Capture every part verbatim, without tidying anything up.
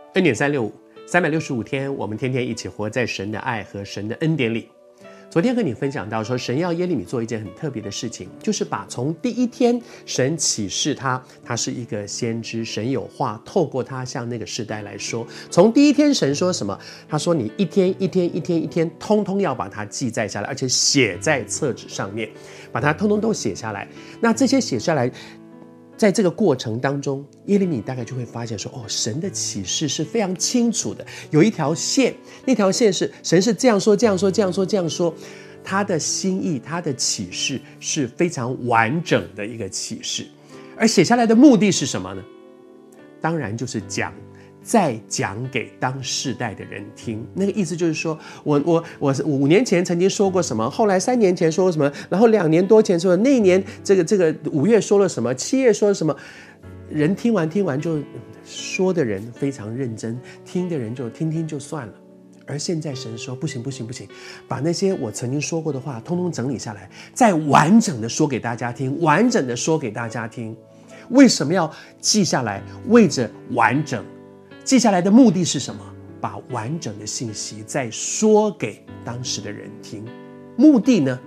恩典三六五，三百六十五天，我们天天一起活在神的爱和神的恩典里。昨天和你分享到说，神要耶利米做一件很特别的事情，就是把从第一天神启示他，他是一个先知，神有话透过他向那个世代来说。从第一天神说什么？他说你一天一天一天一天，通通要把它记载下来，而且写在册纸上面，把它通通都写下来。那这些写下来，在这个过程当中，耶利米大概就会发现说，哦，神的启示是非常清楚的，有一条线，那条线是神是这样说这样说这样说这样说，他的心意他的启示是非常完整的一个启示。而写下来的目的是什么呢？当然就是讲再讲给当世代的人听。那个意思就是说，我我我五年前曾经说过什么，后来三年前说过什么，然后两年多前说那一年这个这个五月说了什么，七月说了什么，人听完听完就说的人非常认真，听的人就听听就算了。而现在神说不行不行不行，把那些我曾经说过的话通通整理下来，再完整的说给大家听，完整的说给大家听。为什么要记下来？为着完整。记下来的目的是什么？把完整的信息再说给当时的人听。目的呢？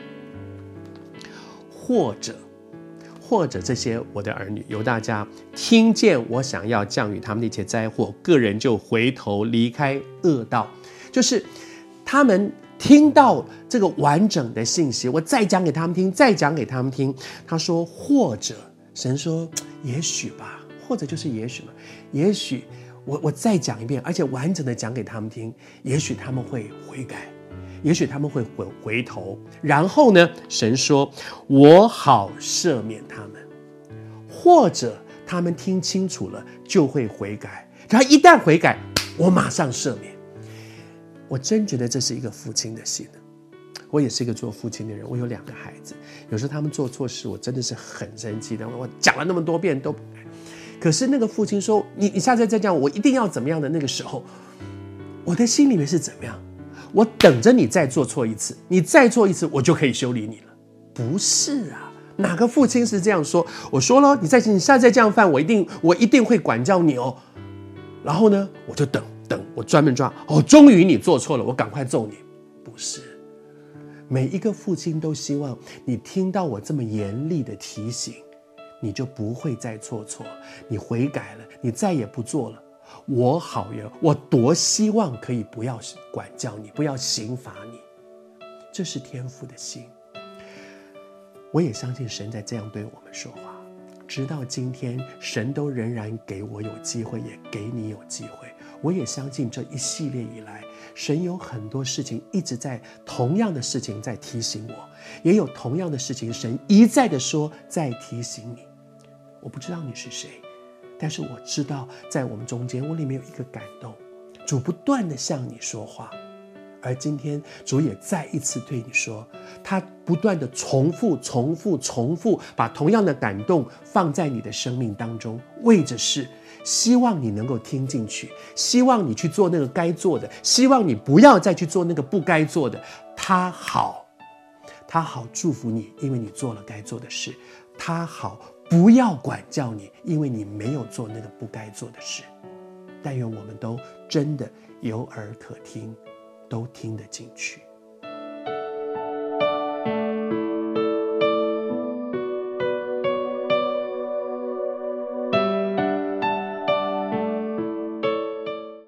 或者或者这些我的儿女犹大家听见我想要降雨他们的一切灾祸，个人就回头离开恶道。就是他们听到这个完整的信息，我再讲给他们听，再讲给他们听。他说或者，神说也许吧，或者就是也许嘛，也许我我再讲一遍，而且完整的讲给他们听，也许他们会悔改，也许他们会回回头。然后呢，神说我好赦免他们，或者他们听清楚了就会悔改，然后一旦悔改，我马上赦免。我真觉得这是一个父亲的心。我也是一个做父亲的人，我有两个孩子，有时候他们做错事，我真的是很生气的，我讲了那么多遍都不改。可是那个父亲说你你下次再这样，我一定要怎么样的那个时候，我的心里面是怎么样？我等着你再做错一次，你再做一次我就可以修理你了。不是啊，哪个父亲是这样说？我说了，你再你下次再这样犯，我一定我一定会管教你哦。然后呢，我就等等，我专门抓，哦，终于你做错了，我赶快揍你。不是，每一个父亲都希望你听到我这么严厉的提醒，你就不会再做错，你悔改了，你再也不做了。我好呀，我多希望可以不要管教你，不要刑罚你。这是天父的心。我也相信神在这样对我们说话，直到今天神都仍然给我有机会，也给你有机会。我也相信这一系列以来，神有很多事情一直在同样的事情在提醒我，也有同样的事情神一再的说在提醒你。我不知道你是谁，但是我知道在我们中间，我里面有一个感动，主不断的向你说话。而今天主也再一次对你说，他不断的重复重复重复把同样的感动放在你的生命当中，为着是希望你能够听进去，希望你去做那个该做的，希望你不要再去做那个不该做的。他好他好祝福你，因为你做了该做的事。他好不要管教你，因为你没有做那个不该做的事。但愿我们都真的有耳可听，都听得进去。